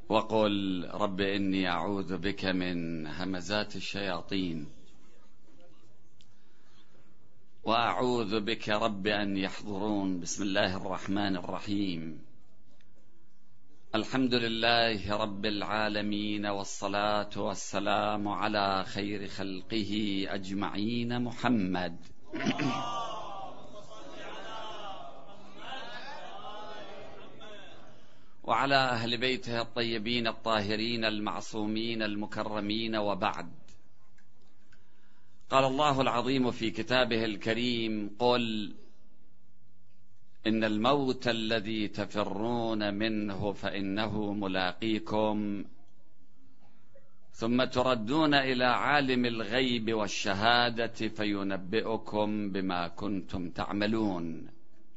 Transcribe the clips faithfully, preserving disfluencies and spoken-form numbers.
وقل رب إني أعوذ بك من همزات الشياطين وأعوذ بك رب أن يحضرون. بسم الله الرحمن الرحيم. الحمد لله رب العالمين، والصلاة والسلام على خير خلقه أجمعين محمد وعلى أهل بيته الطيبين الطاهرين المعصومين المكرمين، وبعد. قال الله العظيم في كتابه الكريم: قل إن الموت الذي تفرون منه فإنه ملاقيكم ثم تردون إلى عالم الغيب والشهادة فينبئكم بما كنتم تعملون.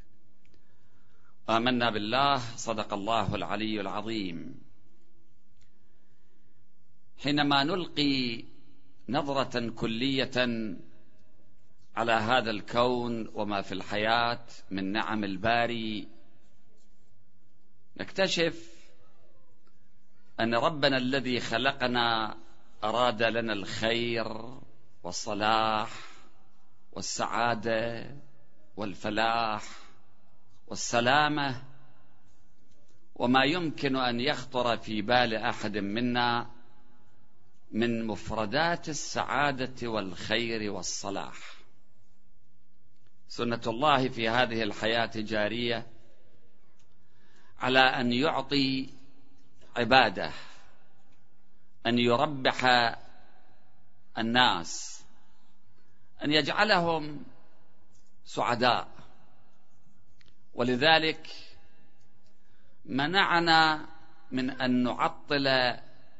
آمنا بالله، صدق الله العلي العظيم. حينما نلقي نظرة كلية على هذا الكون وما في الحياة من نعم الباري، نكتشف أن ربنا الذي خلقنا أراد لنا الخير والصلاح والسعادة والفلاح والسلامة، وما يمكن أن يخطر في بال أحد منا من مفردات السعادة والخير والصلاح. سنة الله في هذه الحياة جارية على أن يعطي عباده، أن يربح الناس، أن يجعلهم سعداء. ولذلك منعنا من أن نعطل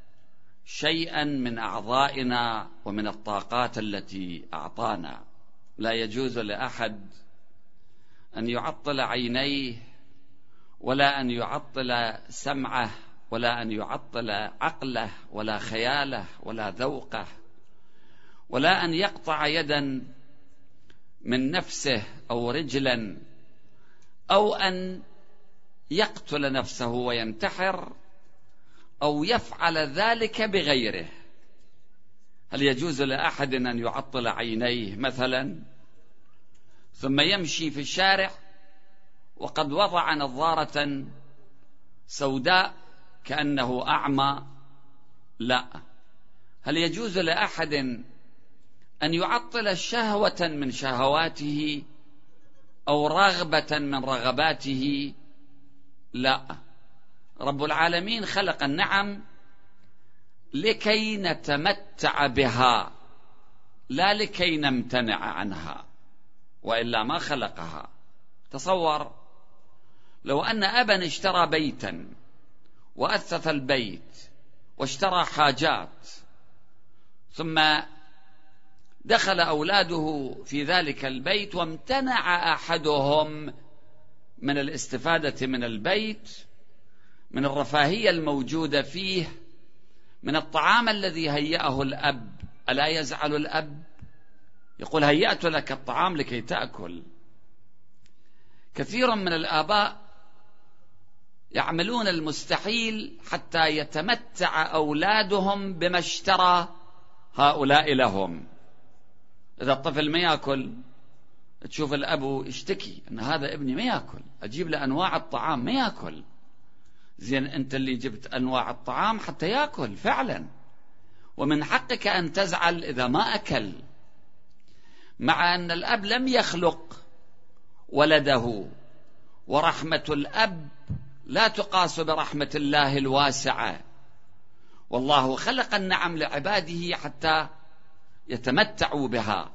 شيئا من أعضائنا ومن الطاقات التي أعطانا. لا يجوز لأحد أن يعطل عينيه، ولا أن يعطل سمعه، ولا أن يعطل عقله، ولا خياله، ولا ذوقه، ولا أن يقطع يدا من نفسه أو رجلا، أو أن يقتل نفسه وينتحر، أو يفعل ذلك بغيره. هل يجوز لأحد أن يعطل عينيه مثلا ثم يمشي في الشارع وقد وضع نظارة سوداء كأنه أعمى؟ لا. هل يجوز لأحد أن يعطل شهوة من شهواته أو رغبة من رغباته؟ لا. رب العالمين خلق النعم لكي نتمتع بها، لا لكي نمتنع عنها، وإلا ما خلقها. تصور لو أن أبا اشترى بيتا وأثث البيت واشترى حاجات، ثم دخل أولاده في ذلك البيت وامتنع أحدهم من الاستفادة من البيت، من الرفاهية الموجودة فيه، من الطعام الذي هيأه الأب. ألا يزعل الأب؟ يقول: هيأت لك الطعام لكي تأكل. كثير من الآباء يعملون المستحيل حتى يتمتع أولادهم بما اشترى هؤلاء لهم. إذا الطفل ما يأكل، تشوف الأب يشتكي أن هذا ابني ما يأكل، أجيب له أنواع الطعام ما يأكل. زين، أنت اللي جبت أنواع الطعام حتى يأكل فعلا، ومن حقك أن تزعل إذا ما أكل، مع أن الأب لم يخلق ولده، ورحمة الأب لا تقاس برحمة الله الواسعة. والله خلق النعم لعباده حتى يتمتعوا بها.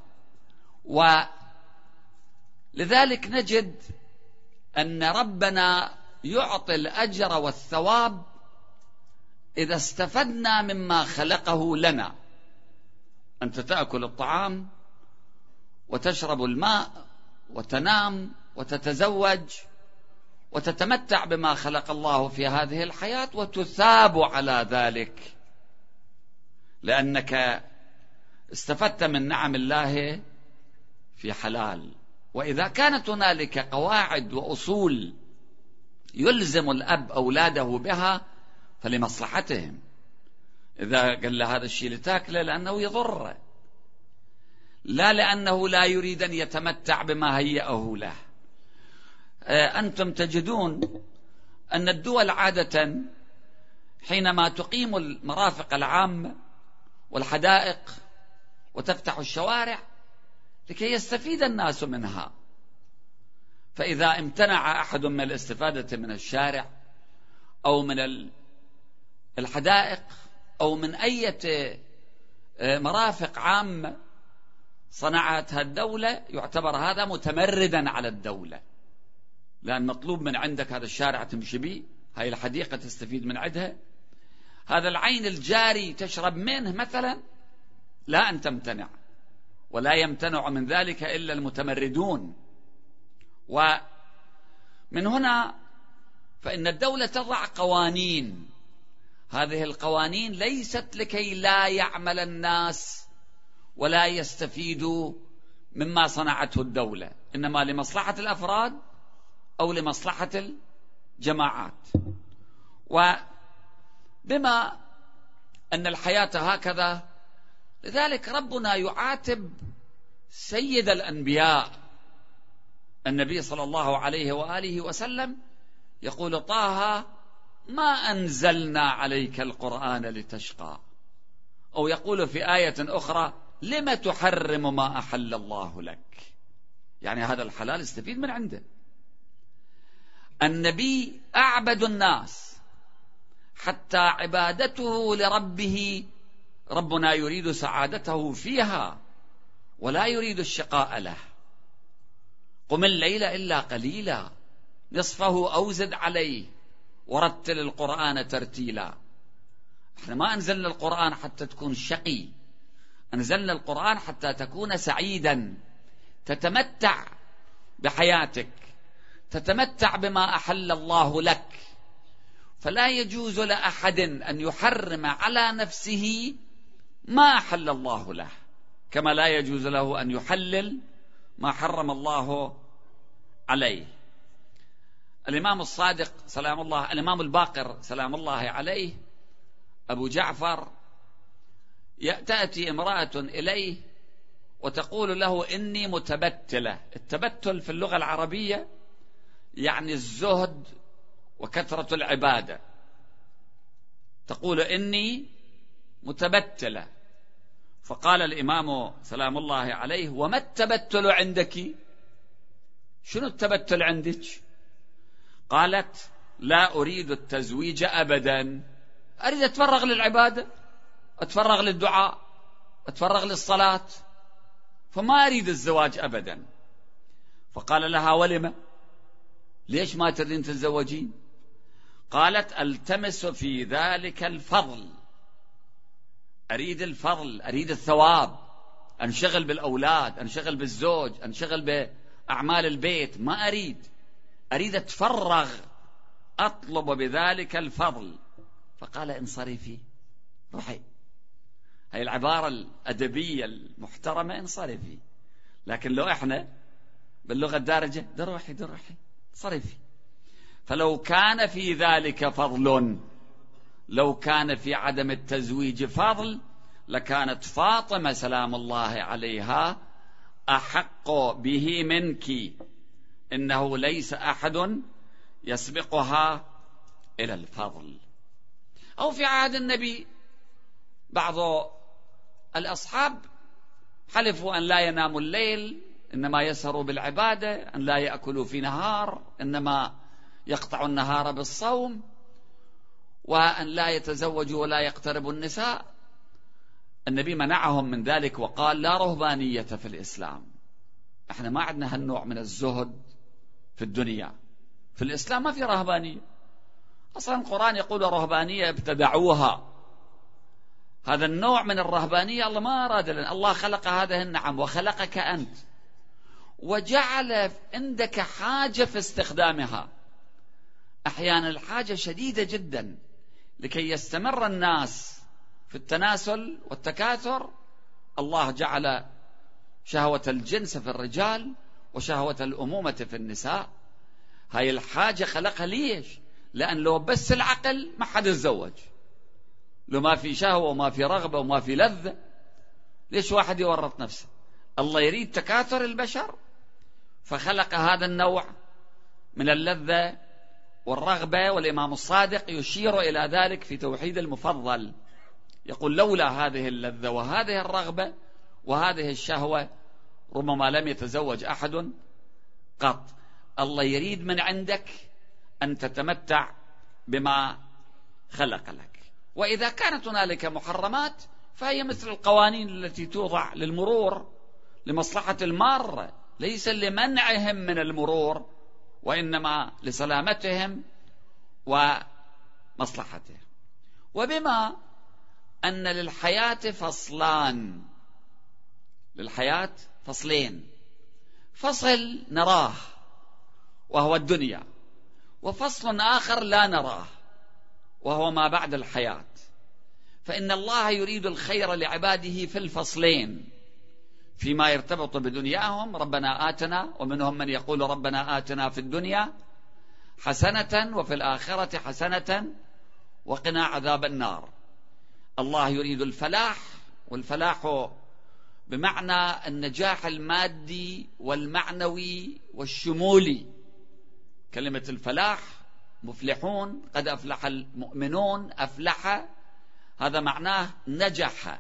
ولذلك نجد أن ربنا يعطي الأجر والثواب إذا استفدنا مما خلقه لنا. أنت تأكل الطعام وتشرب الماء وتنام وتتزوج وتتمتع بما خلق الله في هذه الحياة، وتثاب على ذلك لأنك استفدت من نعم الله في حلال. وإذا كانت هنالك قواعد وأصول يلزم الأب أولاده بها، فلمصلحتهم. إذا قال له هذا الشيء لتاكله لأنه يضره، لا لأنه لا يريد أن يتمتع بما هيأه له. أنتم تجدون أن الدول عادة حينما تقيم المرافق العامة والحدائق وتفتح الشوارع لكي يستفيد الناس منها، فإذا امتنع أحد من الاستفادة من الشارع أو من الحدائق أو من أي مرافق عامة صنعتها الدولة يعتبر هذا متمردا على الدولة، لأن مطلوب من عندك هذا الشارع تمشي به، هاي الحديقة تستفيد من عندها، هذا العين الجاري تشرب منه مثلا، لا أن تمتنع، ولا يمتنع من ذلك إلا المتمردون. ومن هنا فإن الدولة تضع قوانين، هذه القوانين ليست لكي لا يعمل الناس ولا يستفيدوا مما صنعته الدولة، إنما لمصلحة الأفراد أو لمصلحة الجماعات. وبما أن الحياة هكذا، لذلك ربنا يعاتب سيد الأنبياء النبي صلى الله عليه وآله وسلم، يقول طه ما أنزلنا عليك القرآن لتشقى، أو يقول في آية أخرى لم تحرم ما أحل الله لك، يعني هذا الحلال استفيد من عنده. النبي أعبد الناس، حتى عبادته لربه ربنا يريد سعادته فيها ولا يريد الشقاء له. قم الليل إلا قليلا نصفه أو زد عليه ورتل القرآن ترتيلا. احنا ما أنزلنا القرآن حتى تكون شقي، أنزلنا القرآن حتى تكون سعيدا، تتمتع بحياتك، تتمتع بما أحل الله لك. فلا يجوز لأحد أن يحرم على نفسه ما أحل الله له، كما لا يجوز له أن يحلل ما حرم الله عليه. الإمام الصادق سلام الله الإمام الباقر سلام الله عليه أبو جعفر تأتي امرأة إليه وتقول له إني متبتلة. التبتل في اللغة العربية يعني الزهد وكثرة العبادة. تقول إني متبتلة. فقال الإمام سلام الله عليه وما التبتل عندك؟ شنو التبتل عندك؟ قالت لا أريد التزويج أبدا، أريد أتفرغ للعبادة، أتفرغ للدعاء، أتفرغ للصلاة، فما أريد الزواج أبدا. فقال لها ولما؟ ليش ما تريدين تتزوجين؟ قالت التمس في ذلك الفضل، أريد الفضل، أريد الثواب، أنشغل بالأولاد، أنشغل بالزوج، أنشغل بأعمال البيت، ما أريد أريد أتفرغ، أطلب بذلك الفضل. فقال انصرفي، روحي. هاي العبارة الأدبية المحترمة، انصرفي. لكن لو إحنا باللغة الدارجة دروحي دروحي صرفي. فلو كان في ذلك فضل، لو كان في عدم التزويج فضل، لكانت فاطمة سلام الله عليها أحق به منك، إنه ليس أحد يسبقها إلى الفضل. أو في عهد النبي بعض الأصحاب حلفوا أن لا يناموا الليل، إنما يسهروا بالعبادة، أن لا يأكلوا في نهار، إنما يقطعوا النهار بالصوم، وأن لا يتزوجوا ولا يقتربوا النساء. النبي منعهم من ذلك وقال لا رهبانية في الإسلام. احنا ما عندنا هالنوع من الزهد في الدنيا، في الإسلام ما في رهبانية أصلا. القرآن يقول رهبانية ابتدعوها. هذا النوع من الرهبانية الله ما أراد لنا. الله خلق هذه النعم وخلقك أنت وجعل عندك حاجة في استخدامها. أحيانا الحاجة شديدة جدا لكي يستمر الناس في التناسل والتكاثر. الله جعل شهوة الجنس في الرجال وشهوة الأمومة في النساء. هاي الحاجة خلقها ليش؟ لأن لو بس العقل ما حد يتزوج، لو ما في شهوة وما في رغبة وما في لذة ليش واحد يورط نفسه؟ الله يريد تكاثر البشر فخلق هذا النوع من اللذة والرغبة، والإمام الصادق يشير إلى ذلك في توحيد المفضل، يقول لولا هذه اللذة وهذه الرغبة وهذه الشهوة ربما لم يتزوج أحد قط. الله يريد من عندك أن تتمتع بما خلق لك، وإذا كانت هنالك محرمات فهي مثل القوانين التي توضع للمرور لمصلحة المارة، ليس لمنعهم من المرور وإنما لسلامتهم ومصلحتهم. وبما أن للحياة فصلان، للحياة فصلين، فصل نراه وهو الدنيا، وفصل آخر لا نراه وهو ما بعد الحياة، فإن الله يريد الخير لعباده في الفصلين فيما يرتبط بدنياهم. ربنا آتنا، ومنهم من يقول ربنا آتنا في الدنيا حسنة وفي الآخرة حسنة وقنا عذاب النار. الله يريد الفلاح، والفلاح بمعنى النجاح المادي والمعنوي والشمولي. كلمة الفلاح مفلحون، قد أفلح المؤمنون، أفلح هذا معناه نجح،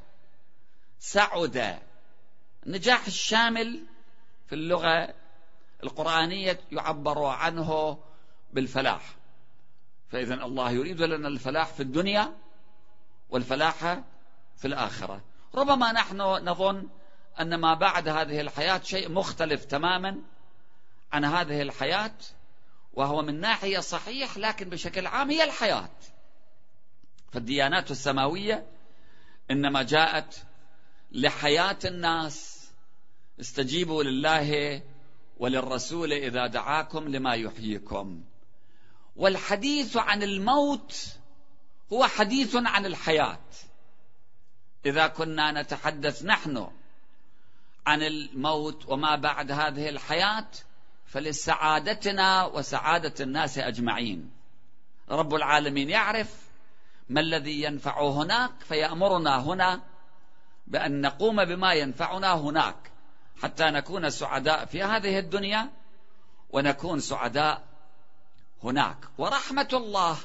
سعد. النجاح الشامل في اللغة القرآنية يعبر عنه بالفلاح، فإذا الله يريد لنا الفلاح في الدنيا والفلاح في الآخرة. ربما نحن نظن أن ما بعد هذه الحياة شيء مختلف تماما عن هذه الحياة، وهو من ناحية صحيح، لكن بشكل عام هي الحياة. فالديانات السماوية إنما جاءت لحياة الناس. استجيبوا لله وللرسول إذا دعاكم لما يحييكم. والحديث عن الموت هو حديث عن الحياة. إذا كنا نتحدث نحن عن الموت وما بعد هذه الحياة فلسعادتنا وسعادة الناس أجمعين. رب العالمين يعرف ما الذي ينفع هناك فيأمرنا هنا بأن نقوم بما ينفعنا هناك حتى نكون سعداء في هذه الدنيا ونكون سعداء هناك. ورحمة الله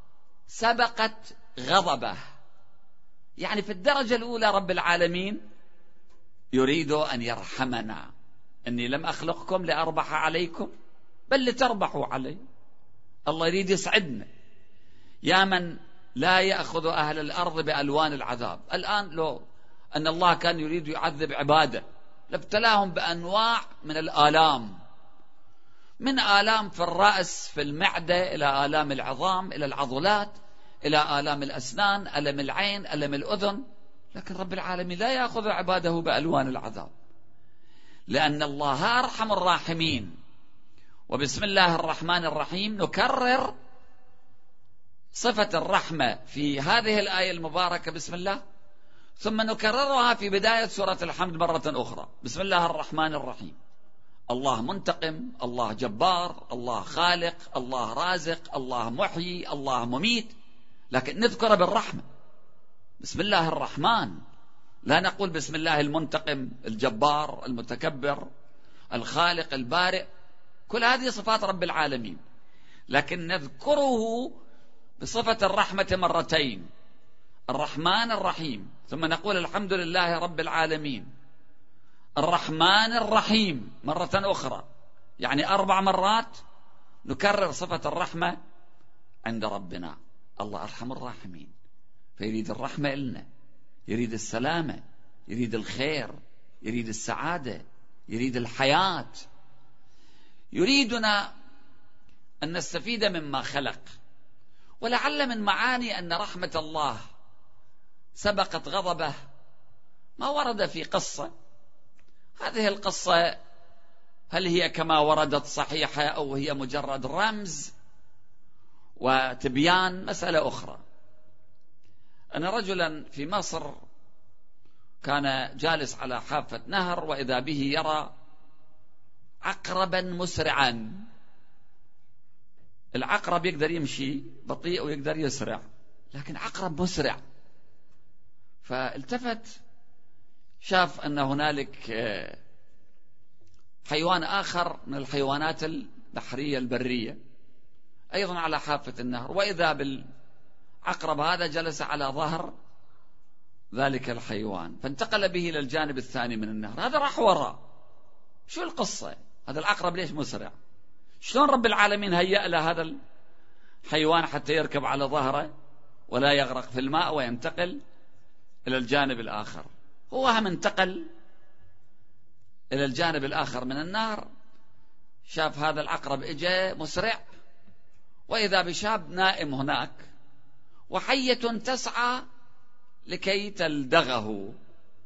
سبقت غضبه، يعني في الدرجة الأولى رب العالمين يريد أن يرحمنا. إني لم أخلقكم لأربح عليكم بل لتربحوا علي. الله يريد يسعدنا. يا من لا يأخذ أهل الأرض بألوان العذاب. الآن لو أن الله كان يريد يعذب عباده لابتلاهم بأنواع من الآلام، من آلام في الرأس، في المعدة، إلى آلام العظام، إلى العضلات، إلى آلام الأسنان، ألم العين، ألم الأذن. لكن رب العالمين لا يأخذ عباده بألوان العذاب، لأن الله أرحم الراحمين. وبسم الله الرحمن الرحيم نكرر صفة الرحمة في هذه الآية المباركة بسم الله، ثم نكررها في بداية سورة الحمد مرة أخرى. بسم الله الرحمن الرحيم. الله منتقم، الله جبار، الله خالق، الله رازق، الله محيي، الله مميت، لكن نذكر بالرحمة. بسم الله الرحمن، لا نقول بسم الله المنتقم، الجبار، المتكبر، الخالق، البارئ. كل هذه صفات رب العالمين، لكن نذكره بصفة الرحمة مرتين، الرحمن الرحيم، ثم نقول الحمد لله رب العالمين الرحمن الرحيم مرة أخرى، يعني أربع مرات نكرر صفة الرحمة عند ربنا. الله أرحم الراحمين، فيريد الرحمة إلنا، يريد السلامة، يريد الخير، يريد السعادة، يريد الحياة، يريدنا أن نستفيد مما خلق. ولعل من معاني أن رحمة الله سبقت غضبه ما ورد في قصة. هذه القصة هل هي كما وردت صحيحة أو هي مجرد رمز وتبيان مسألة أخرى. أن رجلا في مصر كان جالس على حافة نهر، وإذا به يرى عقربا مسرعا. العقرب يقدر يمشي بطيء ويقدر يسرع، لكن عقرب مسرع. فالتفت شاف أن هنالك حيوان آخر من الحيوانات البحرية البرية أيضا على حافة النهر، وإذا بالعقرب هذا جلس على ظهر ذلك الحيوان، فانتقل به إلى الجانب الثاني من النهر. هذا راح وراء. شو القصة؟ هذا العقرب ليش مسرع؟ شلون رب العالمين هيأ له هذا الحيوان حتى يركب على ظهره ولا يغرق في الماء وينتقل إلى الجانب الآخر؟ هو هم انتقل إلى الجانب الآخر من النهر، شاف هذا العقرب إجا مسرع، وإذا بشاب نائم هناك وحية تسعى لكي تلدغه.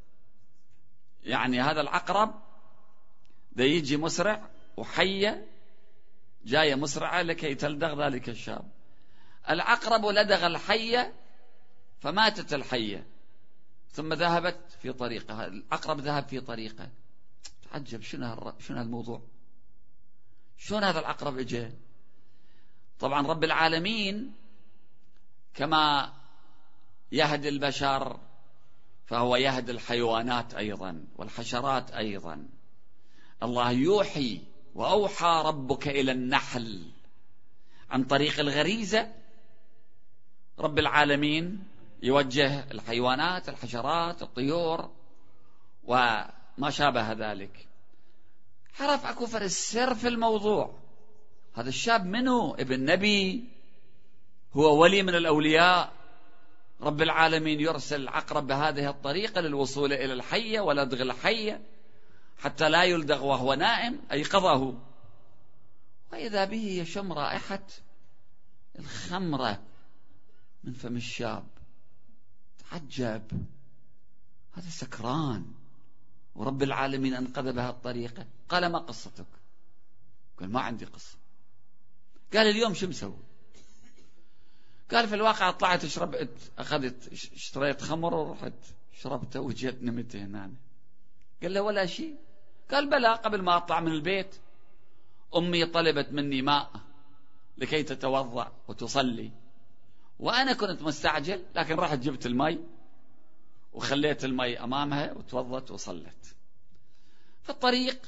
يعني هذا العقرب ده يجي مسرع وحية جاية مسرعة لكي تلدغ ذلك الشاب. العقرب لدغ الحية فماتت الحية، ثم ذهبت في طريقها. العقرب ذهب في طريقه. تعجب شنو شنو هالموضوع؟ شلون هذا العقرب اجى؟ طبعا رب العالمين كما يهدي البشر فهو يهدي الحيوانات أيضا والحشرات أيضا. الله يوحي وأوحى ربك إلى النحل عن طريق الغريزة. رب العالمين يوجه الحيوانات، الحشرات، الطيور وما شابه ذلك. عرف أكو فرق السر في الموضوع. هذا الشاب منه ابن نبي، هو ولي من الأولياء. رب العالمين يرسل العقرب بهذه الطريقة للوصول إلى الحية ولدغ الحية حتى لا يلدغ وهو نائم، أيقظه. وإذا به يشم رائحة الخمرة من فم الشاب. تعجب، هذا سكران ورب العالمين أنقذ بها الطريقة. قال ما قصتك؟ قال ما عندي قصة. قال اليوم شو مسوي؟ قال في الواقع طلعت شربت، أخذت اشتريت خمر ورحت شربته وجيت نمت هنا. قال له ولا شيء؟ قال بلى، قبل ما أطلع من البيت أمي طلبت مني ماء لكي تتوضأ وتصلي، وأنا كنت مستعجل، لكن رحت جبت الماء وخليت الماء أمامها وتوضت وصلت. في الطريق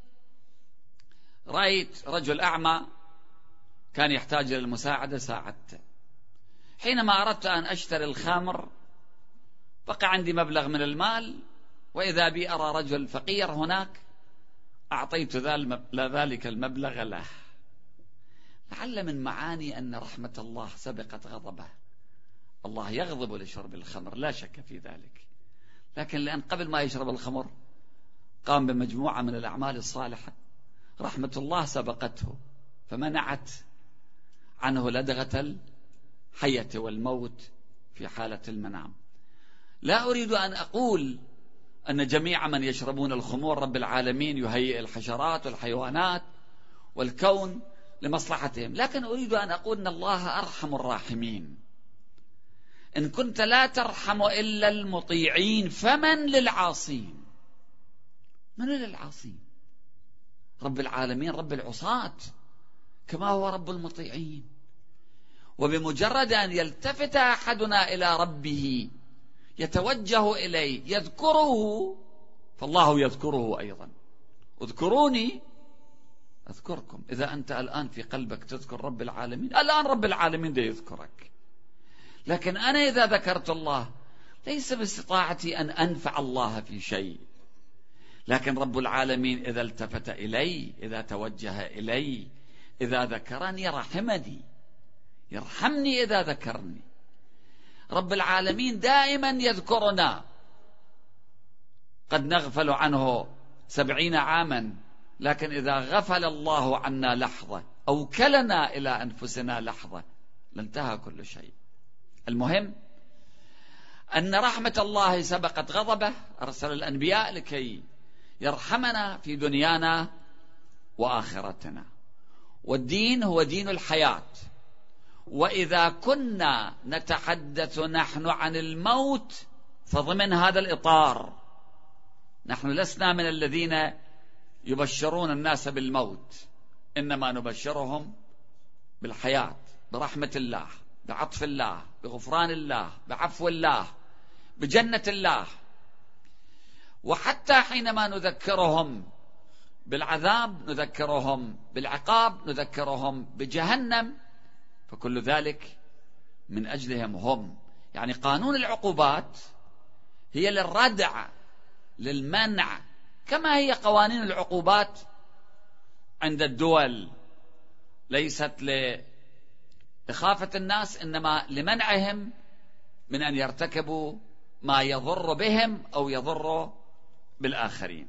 رأيت رجل أعمى كان يحتاج إلى المساعدة، ساعدته. حينما أردت أن أشتري الخمر بقى عندي مبلغ من المال، وإذا بي أرى رجل فقير هناك، أعطيت ذلك المبلغ له. لعل من معاني أن رحمة الله سبقت غضبه. الله يغضب لشرب الخمر لا شك في ذلك، لكن لأن قبل ما يشرب الخمر قام بمجموعة من الأعمال الصالحة، رحمة الله سبقته فمنعت عنه لدغة الحية والموت في حالة المنام. لا أريد أن أقول أن جميع من يشربون الخمور رب العالمين يهيئ الحشرات والحيوانات والكون لمصلحتهم، لكن أريد أن أقول أن الله أرحم الراحمين. إن كنت لا ترحم إلا المطيعين فمن للعاصين؟ من للعاصين؟ رب العالمين رب العصاة كما هو رب المطيعين. وبمجرد أن يلتفت أحدنا إلى ربه يتوجه إليه يذكره، فالله يذكره أيضا. اذكروني أذكركم. إذا أنت الآن في قلبك تذكر رب العالمين، الآن رب العالمين ده يذكرك. لكن أنا إذا ذكرت الله ليس باستطاعتي أن أنفع الله في شيء، لكن رب العالمين إذا التفت إلي، إذا توجه إلي، إذا ذكرني رحمني، يرحمني إذا ذكرني. رب العالمين دائما يذكرنا، قد نغفل عنه سبعين عاما، لكن إذا غفل الله عنا لحظة أو كلنا إلى أنفسنا لحظة لانتهى كل شيء. المهم أن رحمة الله سبقت غضبه، أرسل الأنبياء لكي يرحمنا في دنيانا وآخرتنا. والدين هو دين الحياة، وإذا كنا نتحدث نحن عن الموت فضمن هذا الإطار. نحن لسنا من الذين يبشرون الناس بالموت، إنما نبشرهم بالحياة، برحمة الله، بعطف الله، بغفران الله، بعفو الله، بجنة الله. وحتى حينما نذكرهم بالعذاب، نذكرهم بالعقاب، نذكرهم بجهنم، فكل ذلك من أجلهم هم. يعني قانون العقوبات هي للردع، للمنع، كما هي قوانين العقوبات عند الدول ليست لإخافة الناس، إنما لمنعهم من أن يرتكبوا ما يضر بهم أو يضر بالآخرين.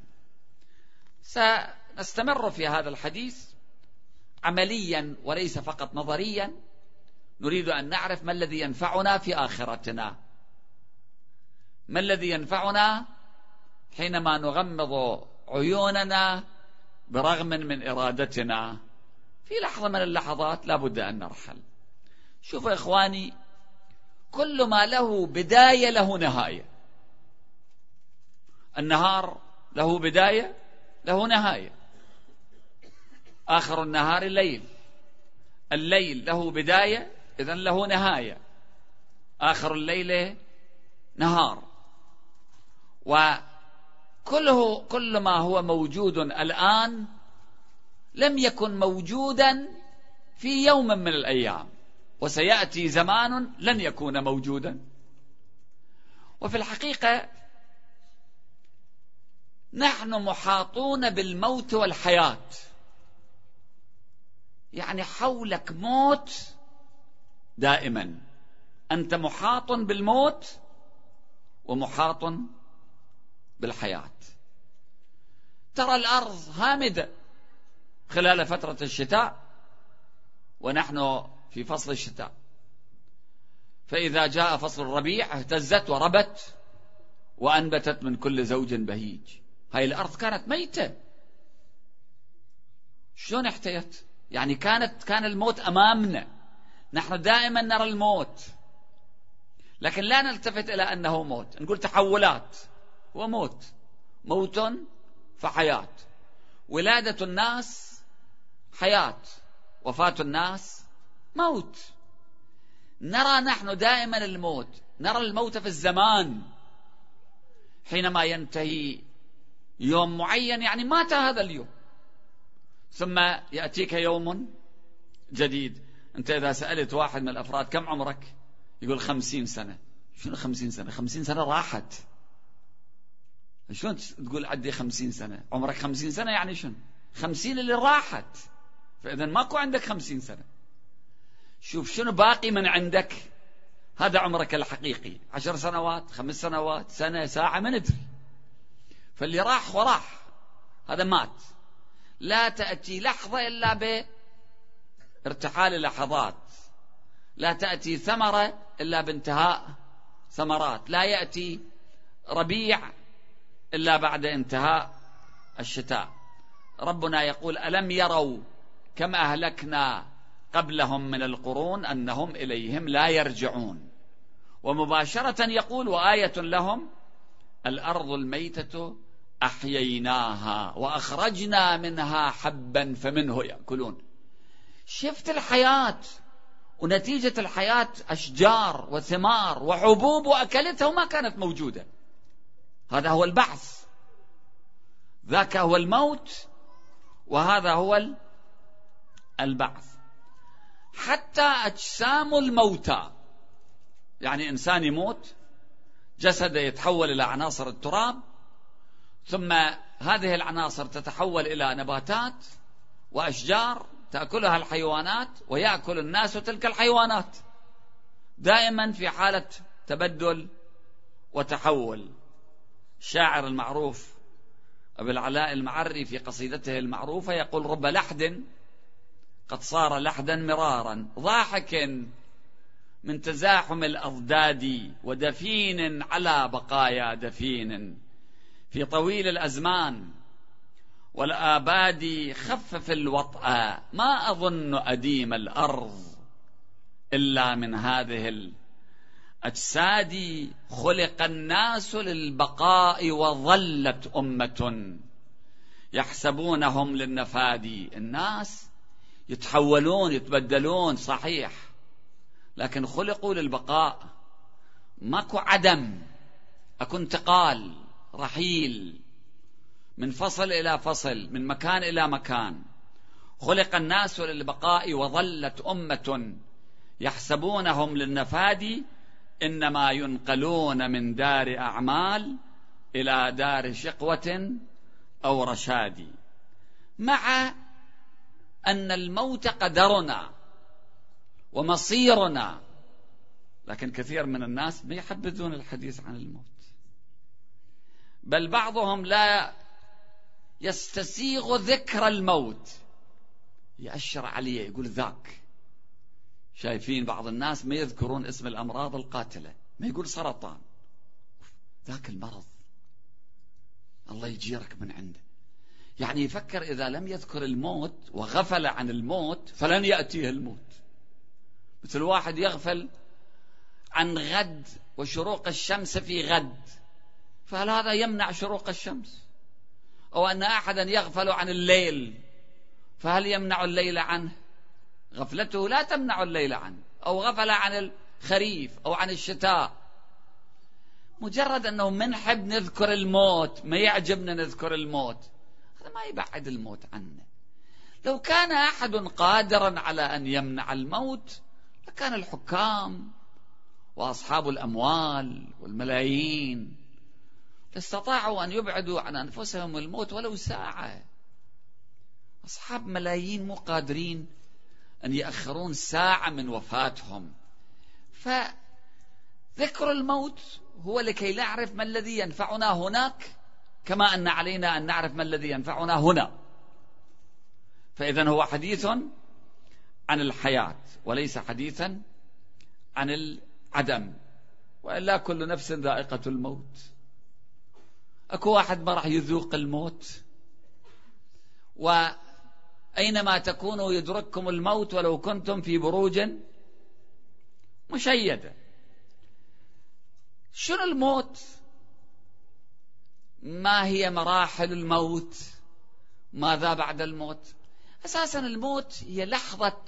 سنستمر في هذا الحديث عمليا وليس فقط نظريا. نريد أن نعرف ما الذي ينفعنا في آخرتنا، ما الذي ينفعنا حينما نغمض عيوننا برغم من إرادتنا. في لحظة من اللحظات لا بد أن نرحل. شوفوا إخواني، كل ما له بداية له نهاية. النهار له بداية له نهاية، آخر النهار الليل. الليل له بداية إذن له نهاية، آخر الليل نهار. وكله كل ما هو موجود الآن لم يكن موجودا في يوم من الأيام، وسيأتي زمان لن يكون موجودا. وفي الحقيقة نحن محاطون بالموت والحياة، يعني حولك موت دائما. أنت محاط بالموت ومحاط بالحياة. ترى الأرض هامدة خلال فترة الشتاء ونحن في فصل الشتاء، فإذا جاء فصل الربيع اهتزت وربت وأنبتت من كل زوج بهيج. هاي الأرض كانت ميتة، شلون احتيت؟ يعني كانت كان الموت أمامنا. نحن دائما نرى الموت لكن لا نلتفت إلى أنه موت، نقول تحولات وموت، موت فحياة، ولادة الناس حياة، وفاة الناس موت. نرى نحن دائما الموت، نرى الموت في الزمان حينما ينتهي يوم معين، يعني مات هذا اليوم، ثم يأتيك يوم جديد. أنت إذا سألت واحد من الأفراد كم عمرك يقول خمسين سنة. شنو خمسين سنة؟ خمسين سنة راحت. شلون تقول عندي خمسين سنة؟ عمرك خمسين سنة يعني شنو؟ خمسين اللي راحت، فإذا ماكو عندك خمسين سنة. شوف شنو باقي من عندك، هذا عمرك الحقيقي. عشر سنوات، خمس سنوات، سنة، ساعة، ما ندري. فاللي راح وراح، هذا مات. لا تأتي لحظة إلا بارتحال لحظات، لا تأتي ثمرة إلا بانتهاء ثمرات، لا يأتي ربيع إلا بعد انتهاء الشتاء. ربنا يقول ألم يروا كم أهلكنا قبلهم من القرون أنهم إليهم لا يرجعون. ومباشرة يقول وآية لهم الأرض الميتة أحييناها وأخرجنا منها حبا فمنه يأكلون. شفت الحياة، ونتيجة الحياة أشجار وثمار وحبوب وأكلتها وما كانت موجودة. هذا هو البعث، ذاك هو الموت، وهذا هو البعث. حتى أجسام الموتى، يعني إنسان يموت جسده يتحول إلى عناصر التراب، ثم هذه العناصر تتحول إلى نباتات وأشجار تأكلها الحيوانات ويأكل الناس تلك الحيوانات، دائما في حالة تبدل وتحول. الشاعر المعروف أبو العلاء المعري في قصيدته المعروفة يقول رب لحد قد صار لحدا مرارا ضاحك من تزاحم الأضداد ودفين على بقايا دفين في طويل الأزمان والآباد خفف الوطأ ما أظن أديم الأرض إلا من هذه الأجساد خلق الناس للبقاء وظلت أمة يحسبونهم للنفاد. الناس يتحولون يتبدلون صحيح، لكن خلقوا للبقاء. ماكو عدم، اكو انتقال، رحيل من فصل إلى فصل، من مكان إلى مكان. خلق الناس للبقاء وظلت أمة يحسبونهم للنفاد، إنما ينقلون من دار أعمال إلى دار شقوة أو رشاد. مع أن الموت قدرنا ومصيرنا، لكن كثير من الناس ما يحبذون الحديث عن الموت، بل بعضهم لا يستسيغ ذكر الموت، يأشر عليه يقول ذاك. شايفين بعض الناس ما يذكرون اسم الأمراض القاتلة، ما يقول سرطان، ذاك المرض الله يجيرك من عنده. يعني يفكر إذا لم يذكر الموت وغفل عن الموت فلن يأتيه الموت. مثل واحد يغفل عن غد وشروق الشمس في غد، فهل هذا يمنع شروق الشمس؟ أو أن أحدا يغفل عن الليل، فهل يمنع الليل عنه؟ غفلته لا تمنع الليل عنه. أو غفل عن الخريف أو عن الشتاء. مجرد أنه منحب نذكر الموت، ما يعجبنا نذكر الموت، هذا ما يبعد الموت عنا. لو كان أحد قادرا على أن يمنع الموت لكان الحكام وأصحاب الأموال والملايين استطاعوا أن يبعدوا عن أنفسهم الموت ولو ساعة. أصحاب ملايين مو قادرين أن يأخرون ساعة من وفاتهم. فذكر الموت هو لكي نعرف ما الذي ينفعنا هناك، كما أن علينا أن نعرف ما الذي ينفعنا هنا. فإذن هو حديث عن الحياة وليس حديثا عن العدم، وإلا كل نفس ذائقة الموت. أكو واحد ما راح يذوق الموت؟ وأينما تكونوا يدرككم الموت ولو كنتم في بروج مشيدة. شنو الموت؟ ما هي مراحل الموت؟ ماذا بعد الموت؟ أساسا الموت هي لحظة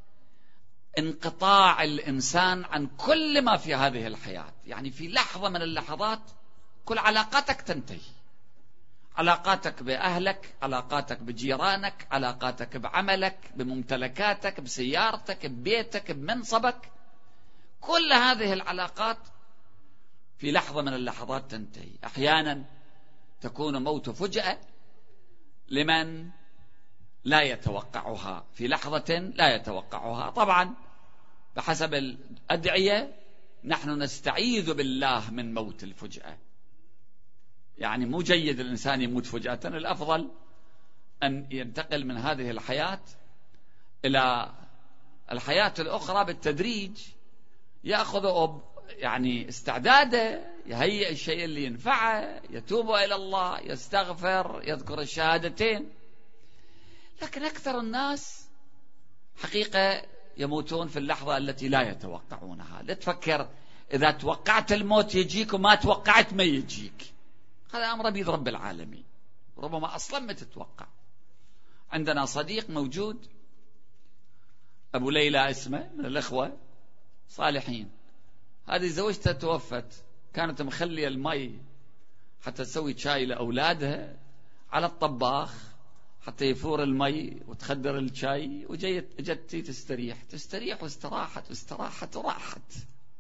انقطاع الإنسان عن كل ما في هذه الحياة. يعني في لحظة من اللحظات كل علاقاتك تنتهي، علاقاتك بأهلك، علاقاتك بجيرانك، علاقاتك بعملك، بممتلكاتك، بسيارتك، ببيتك، بمنصبك، كل هذه العلاقات في لحظة من اللحظات تنتهي. أحيانا تكون موت فجأة لمن لا يتوقعها، في لحظة لا يتوقعها. طبعا بحسب الأدعية نحن نستعيذ بالله من موت الفجأة. يعني مو جيد الإنسان يموت فجأة، الأفضل أن ينتقل من هذه الحياة إلى الحياة الأخرى بالتدريج، يأخذ يعني استعداده، يهيئ الشيء اللي ينفعه، يتوب إلى الله، يستغفر، يذكر الشهادتين. لكن أكثر الناس حقيقة يموتون في اللحظة التي لا يتوقعونها. لا تفكر إذا توقعت الموت يجيك وما توقعت ما يجيك، هذا أمر بيد رب العالمين، ربما أصلا ما تتوقع. عندنا صديق موجود أبو ليلى اسمه، من الأخوة صالحين. هذه زوجته توفت، كانت مخلية المي حتى تسوي شاي لأولادها على الطباخ حتى يفور المي وتخدر الشاي، وجيت اجت تستريح تستريح واستراحت واستراحت وراحت.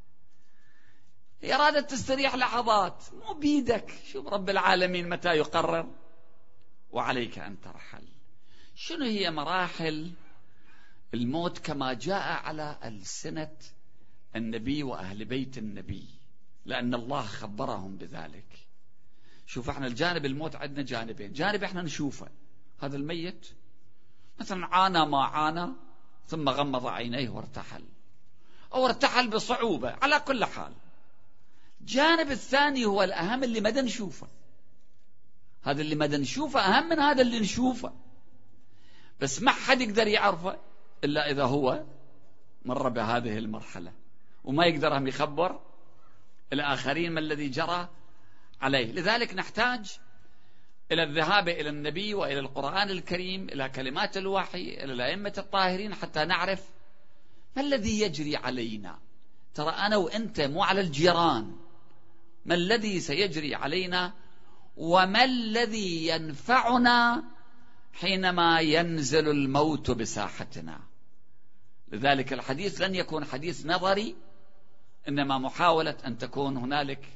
هي أرادت تستريح لحظات، مو بيدك. شوف رب العالمين متى يقرر، وعليك أن ترحل. شنو هي مراحل الموت كما جاء على ألسنة النبي وأهل بيت النبي، لأن الله خبرهم بذلك. شوف احنا الجانب الموت عندنا جانبين، جانب احنا نشوفه، هذا الميت مثلا عانى ما عانى ثم غمض عينيه وارتحل، أو ارتحل بصعوبة، على كل حال. الجانب الثاني هو الأهم اللي ما نشوفه، هذا اللي ما نشوفه أهم من هذا اللي نشوفه، بس ما حد يقدر يعرفه إلا إذا هو مر بهذه المرحلة، وما يقدر هم يخبر الآخرين ما الذي جرى عليه. لذلك نحتاج إلى الذهاب إلى النبي وإلى القرآن الكريم، إلى كلمات الوحي، إلى الأئمة الطاهرين، حتى نعرف ما الذي يجري علينا. ترى أنا وأنت مو على الجيران، ما الذي سيجري علينا وما الذي ينفعنا حينما ينزل الموت بساحتنا. لذلك الحديث لن يكون حديث نظري، إنما محاولة أن تكون هنالك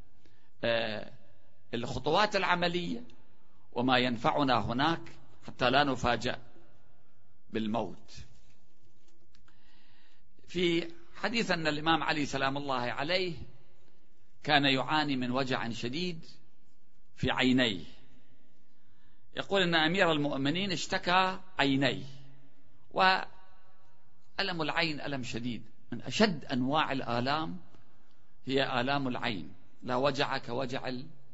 الخطوات العملية وما ينفعنا هناك حتى لا نفاجأ بالموت. في حديث أن الإمام علي سلام الله عليه كان يعاني من وجع شديد في عينيه. يقول أن أمير المؤمنين اشتكى عينيه، وألم العين ألم شديد، من أشد أنواع الآلام هي آلام العين، لا وجع كوجع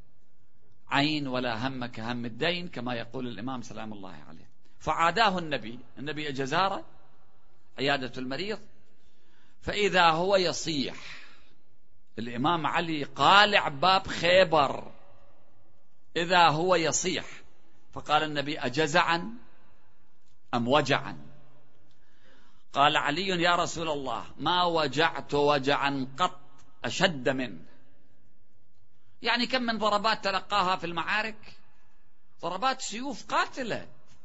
العين ولا هم كهم الدين، كما يقول الإمام سلام الله عليه. فعاداه النبي النبي أجزاره عيادة المريض، فإذا هو يصيح. الإمام علي قالع باب خيبر، إذا هو يصيح. فقال النبي: أجزعا أم وجعا؟ قال علي: يا رسول الله، ما وجعت وجعا قط أشد منه. يعني كم من ضربات تلقاها في المعارك، ضربات سيوف قاتلة،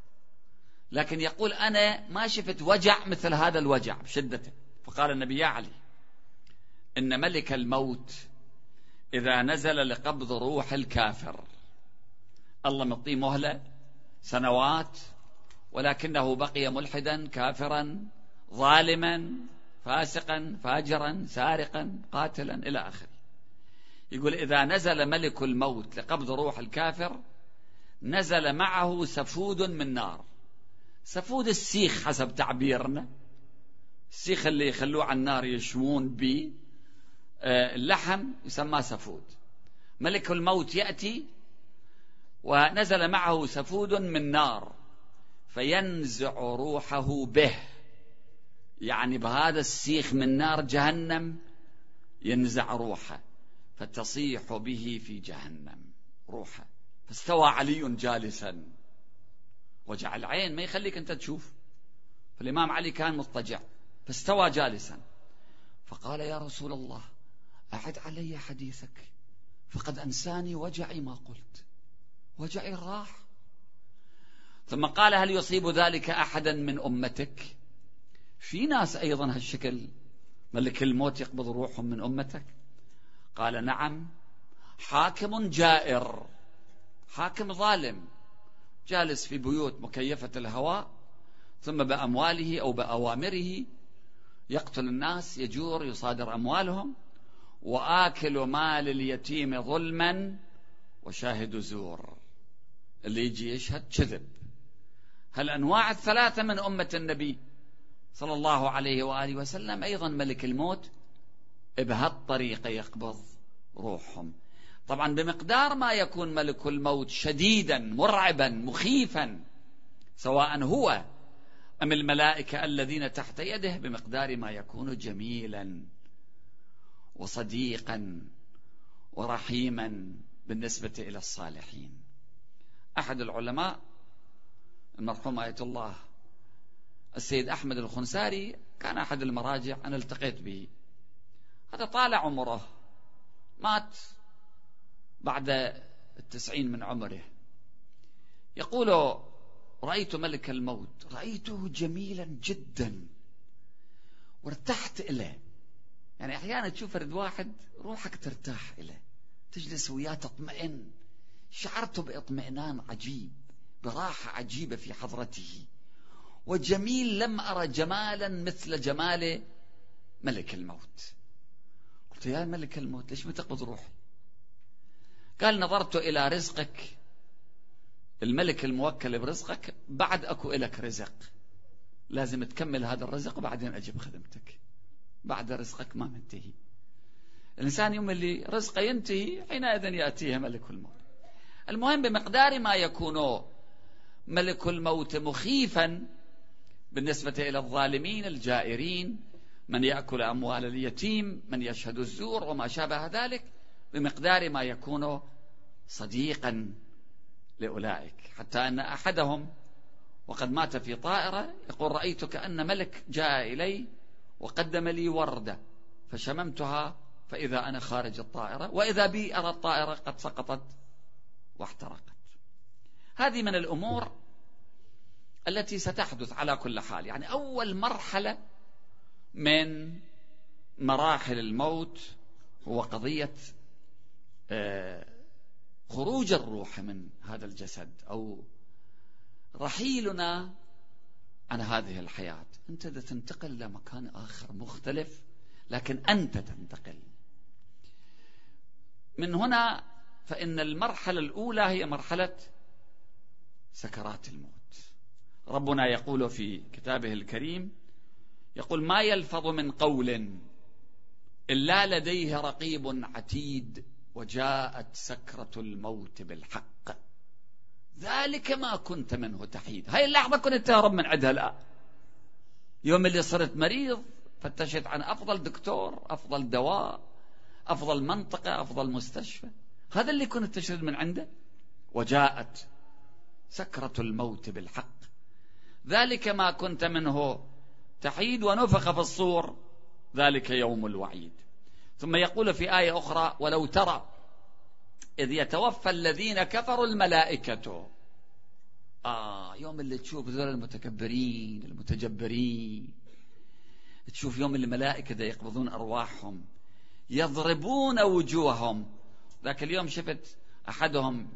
لكن يقول أنا ما شفت وجع مثل هذا الوجع بشدته. فقال النبي: يا علي، إن ملك الموت إذا نزل لقبض روح الكافر، الله مطيه مهلة سنوات، ولكنه بقي ملحدا كافرا ظالما فاسقا فاجرا سارقا قاتلا إلى آخره. يقول: إذا نزل ملك الموت لقبض روح الكافر نزل معه سفود من نار. سفود السيخ حسب تعبيرنا، السيخ اللي يخلوه على النار يشوون به اللحم يسمى سفود. ملك الموت يأتي ونزل معه سفود من نار فينزع روحه به، يعني بهذا السيخ من نار جهنم ينزع روحه، فتصيح به في جهنم روحه. فاستوى علي جالسا، وجع العين ما يخليك أنت تشوف، فالإمام علي كان مضطجع، فاستوى جالسا. فقال: يا رسول الله، أعد علي حديثك، فقد أنساني وجعي ما قلت، وجعي راح. ثم قال: هل يصيب ذلك أحدا من أمتك؟ في ناس أيضا هالشكل ملك الموت يقبض روحهم من أمتك؟ قال: نعم، حاكم جائر، حاكم ظالم جالس في بيوت مكيفة الهواء، ثم بأمواله أو بأوامره يقتل الناس، يجور، يصادر أموالهم، وآكل مال اليتيم ظلما وشاهد زور، اللي يجي يشهد كذب. هالأنواع الثلاثة من أمة النبي صلى الله عليه وآله وسلم أيضا ملك الموت بهالطريقة يقبض روحهم. طبعا بمقدار ما يكون ملك الموت شديدا مرعبا مخيفا، سواء هو أم الملائكة الذين تحت يده، بمقدار ما يكون جميلا وصديقا ورحيما بالنسبة إلى الصالحين. أحد العلماء المرحوم آية الله السيد أحمد الخنساري كان أحد المراجع، أنا التقيت به، هذا طالع عمره، مات بعد التسعين من عمره. يقول: رأيت ملك الموت، رأيته جميلا جدا وارتحت إليه. يعني أحيانا تشوف فرد واحد روحك ترتاح إليه، تجلس وياه تطمئن، شعرت باطمئنان عجيب، براحة عجيبة في حضرته، وجميل لم أرى جمالا مثل جمال ملك الموت. قلت: يا ملك الموت، ليش ما تقبض روحي؟ قال: نظرت إلى رزقك، الملك الموكل برزقك، بعد أكو إلك رزق، لازم تكمل هذا الرزق وبعدين أجيب خدمتك، بعد رزقك ما منتهي. الإنسان يوم اللي رزقه ينتهي حينئذ يأتيه ملك الموت. المهم بمقدار ما يكون ملك الموت مخيفا بالنسبة إلى الظالمين الجائرين، من يأكل أموال اليتيم، من يشهد الزور وما شابه ذلك، بمقدار ما يكون صديقا لأولئك، حتى أن أحدهم وقد مات في طائرة يقول: رأيت كأن ملك جاء إلي وقدم لي وردة فشممتها فإذا أنا خارج الطائرة، وإذا بي أرى الطائرة قد سقطت واحترقت. هذه من الأمور التي ستحدث على كل حال. يعني أول مرحلة من مراحل الموت هو قضية خروج الروح من هذا الجسد، أو رحيلنا عن هذه الحياة. أنت تنتقل لمكان آخر مختلف، لكن أنت تنتقل. من هنا فإن المرحلة الأولى هي مرحلة سكرات الموت. ربنا يقول في كتابه الكريم، يقول: ما يلفظ من قول إلا لديه رقيب عتيد وجاءت سكرة الموت بالحق ذلك ما كنت منه تحيد. هاي اللحظة كنت تهرب من عندها الآن. يوم اللي صرت مريض فتشت عن أفضل دكتور، أفضل دواء، أفضل منطقة، أفضل مستشفى، هذا اللي كنت تشرد من عنده. وجاءت سكرة الموت بالحق ذلك ما كنت منه تحيد ونفخ في الصور ذلك يوم الوعيد. ثم يقول في آية أخرى: ولو ترى إذ يتوفى الذين كفروا الملائكة. آه يوم اللي تشوف ذول المتكبرين المتجبرين، تشوف يوم الملائكة دا يقبضون أرواحهم يضربون وجوههم. ذاك اليوم شفت أحدهم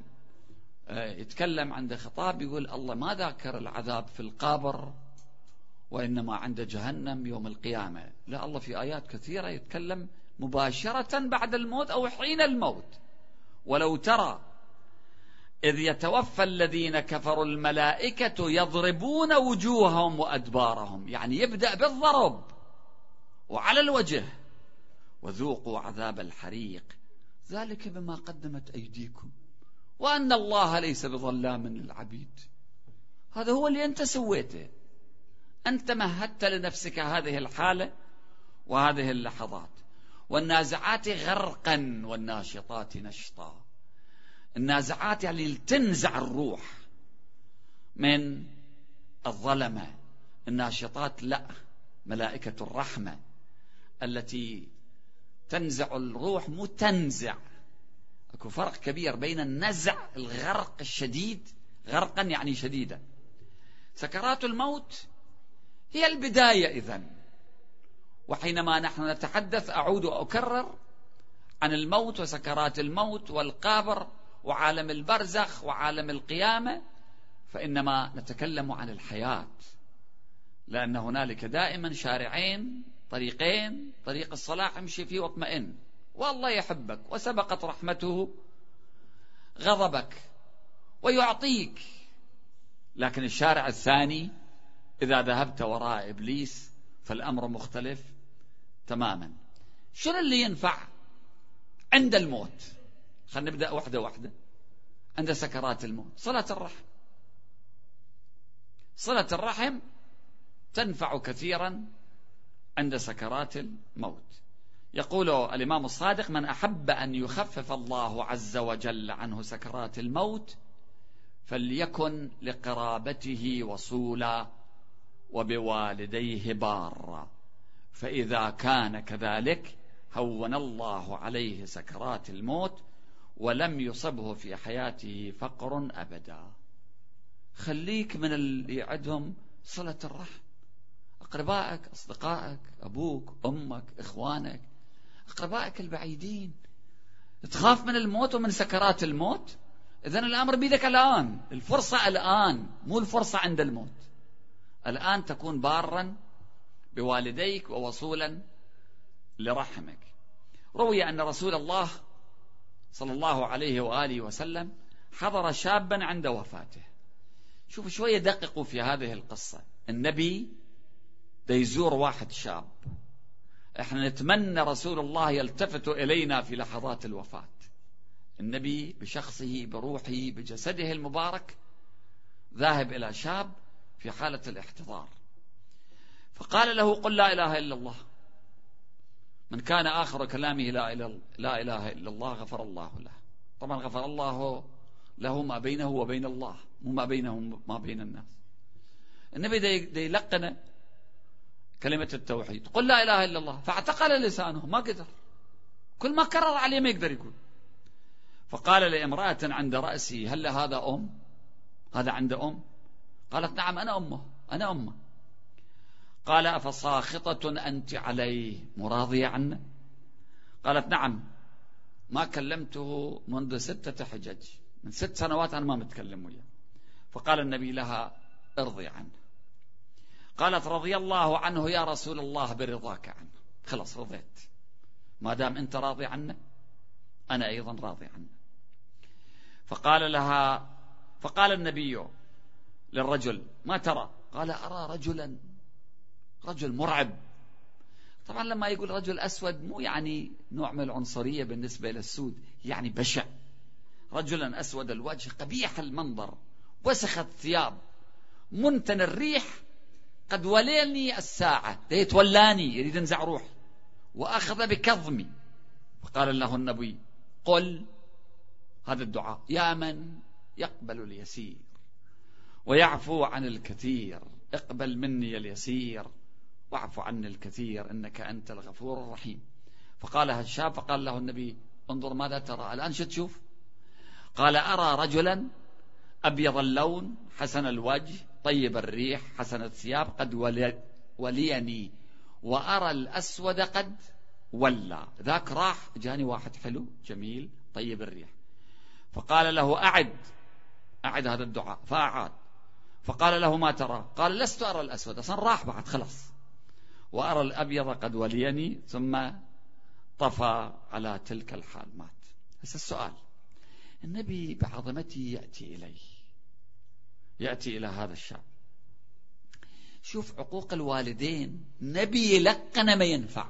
يتكلم عند خطاب يقول: الله ما ذاكر العذاب في القبر وإنما عند جهنم يوم القيامة. لا، الله في آيات كثيرة يتكلم مباشرة بعد الموت أو حين الموت. ولو ترى إذ يتوفى الذين كفروا الملائكة يضربون وجوههم وأدبارهم، يعني يبدأ بالضرب وعلى الوجه. وذوقوا عذاب الحريق ذلك بما قدمت أيديكم وأن الله ليس بظلام للعبيد. هذا هو اللي أنت سويته، أنت مهدت لنفسك هذه الحالة وهذه اللحظات. والنازعات غرقا والناشطات نشطا. النازعات يعني تنزع الروح من الظلمة، الناشطات لا، ملائكة الرحمة التي تنزع الروح، مو تنزع. اكو فرق كبير بين النزع الغرق الشديد، غرقا يعني شديدا. سكرات الموت هي البداية إذن. وحينما نحن نتحدث أعود وأكرر عن الموت وسكرات الموت والقبر وعالم البرزخ وعالم القيامة، فإنما نتكلم عن الحياة، لأن هنالك دائما شارعين، طريقين: طريق الصلاح امشي فيه واطمئن والله يحبك وسبقت رحمته غضبك ويعطيك. لكن الشارع الثاني إذا ذهبت وراء إبليس فالأمر مختلف تماما. شنو اللي ينفع عند الموت؟ خلينا نبدأ واحدة واحدة. عند سكرات الموت صلة الرحم. صلة الرحم تنفع كثيرا عند سكرات الموت. يقول الإمام الصادق: من أحب أن يخفف الله عز وجل عنه سكرات الموت فليكن لقرابته وصولا وبوالديه بارا، فإذا كان كذلك هون الله عليه سكرات الموت ولم يصبه في حياته فقر أبدا. خليك من اللي عندهم صلة الرحم، أقربائك، أصدقائك، أبوك، أمك، إخوانك، أقربائك البعيدين. تخاف من الموت ومن سكرات الموت؟ إذن الأمر بيدك الآن، الفرصة الآن، مو الفرصة عند الموت. الآن تكون بارا بوالديك ووصولا لرحمك. روي أن رسول الله صلى الله عليه وآله وسلم حضر شابا عند وفاته. شوفوا شوية دققوا في هذه القصة. النبي دا يزور واحد شاب، احنا نتمنى رسول الله يلتفت إلينا في لحظات الوفاة. النبي بشخصه بروحه بجسده المبارك ذاهب إلى شاب في حالة الاحتضار، فقال له: قل لا إله إلا الله. من كان آخر كلامه لا إله, لا إله إلا الله غفر الله له. طبعا غفر الله له ما بينه وبين الله، مو ما بينه ما بين الناس. النبي دي يلقن كلمة التوحيد، قل لا إله إلا الله، فاعتقل لسانه ما قدر، كل ما كرر عليه ما يقدر يقول. فقال لامرأة عند رأسه هل هذا أم؟ هذا عنده أم؟ قالت نعم أنا أمه، أنا أمه. قال أفساخطة أنت عليه، مراضية عنه؟ قالت نعم، ما كلمته منذ ستة حجج، من ست سنوات أنا ما متكلم وياه. فقال النبي لها ارضي عنه. قالت رضي الله عنه يا رسول الله برضاك عنه. خلاص رضيت، ما دام أنت راضي عنه أنا أيضا راضي عنه. فقال لها فقال النبي للرجل ما ترى؟ قال أرى رجلا، رجل مرعب. طبعا لما يقول رجل أسود مو يعني نوع من العنصرية بالنسبة للسود، يعني بشع. رجلا أسود الوجه، قبيح المنظر، وسخ الثياب، منتن الريح، قد وليني الساعة، يتولاني، يريد ينزع روحي، وأخذ بكظمي. فقال له النبي قل هذا الدعاء يا من يقبل اليسير ويعفو عن الكثير، اقبل مني اليسير واعف عني الكثير إنك أنت الغفور الرحيم. فقالها الشاب، فقال له النبي انظر ماذا ترى الآن، شو تشوف؟ قال أرى رجلا أبيض اللون حسن الوجه طيب الريح حسن الثياب قد ولي وليني، وأرى الأسود قد ولى، ذاك راح جاني واحد حلو جميل طيب الريح. فقال له أعد أعد هذا الدعاء، فأعاد. فقال له ما ترى؟ قال لست أرى الأسود، أصلا راح بعد خلاص، وأرى الأبيض قد وليني، ثم طفى على تلك الحال مات. هذا السؤال، النبي بعظمته يأتي إليه، يأتي إلى هذا الشعب. شوف عقوق الوالدين، نبي يلقن ما ينفع،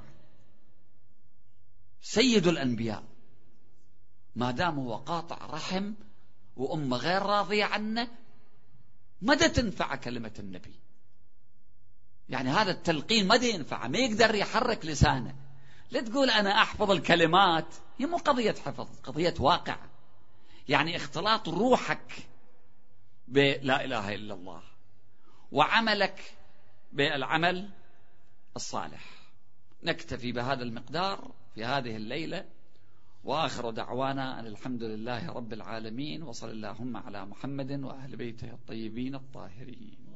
سيد الأنبياء، ما دام هو قاطع رحم وأم غير راضية عنه مدى تنفع كلمة النبي؟ يعني هذا التلقين مدى ينفع، ما يقدر يحرك لسانه. لا تقول أنا أحفظ الكلمات، هي مو قضية حفظ، قضية واقع، يعني اختلاط روحك بلا إله إلا الله وعملك بالعمل الصالح. نكتفي بهذا المقدار في هذه الليلة، وآخر دعوانا أن الحمد لله رب العالمين، وصل اللهم على محمد وأهل بيته الطيبين الطاهرين.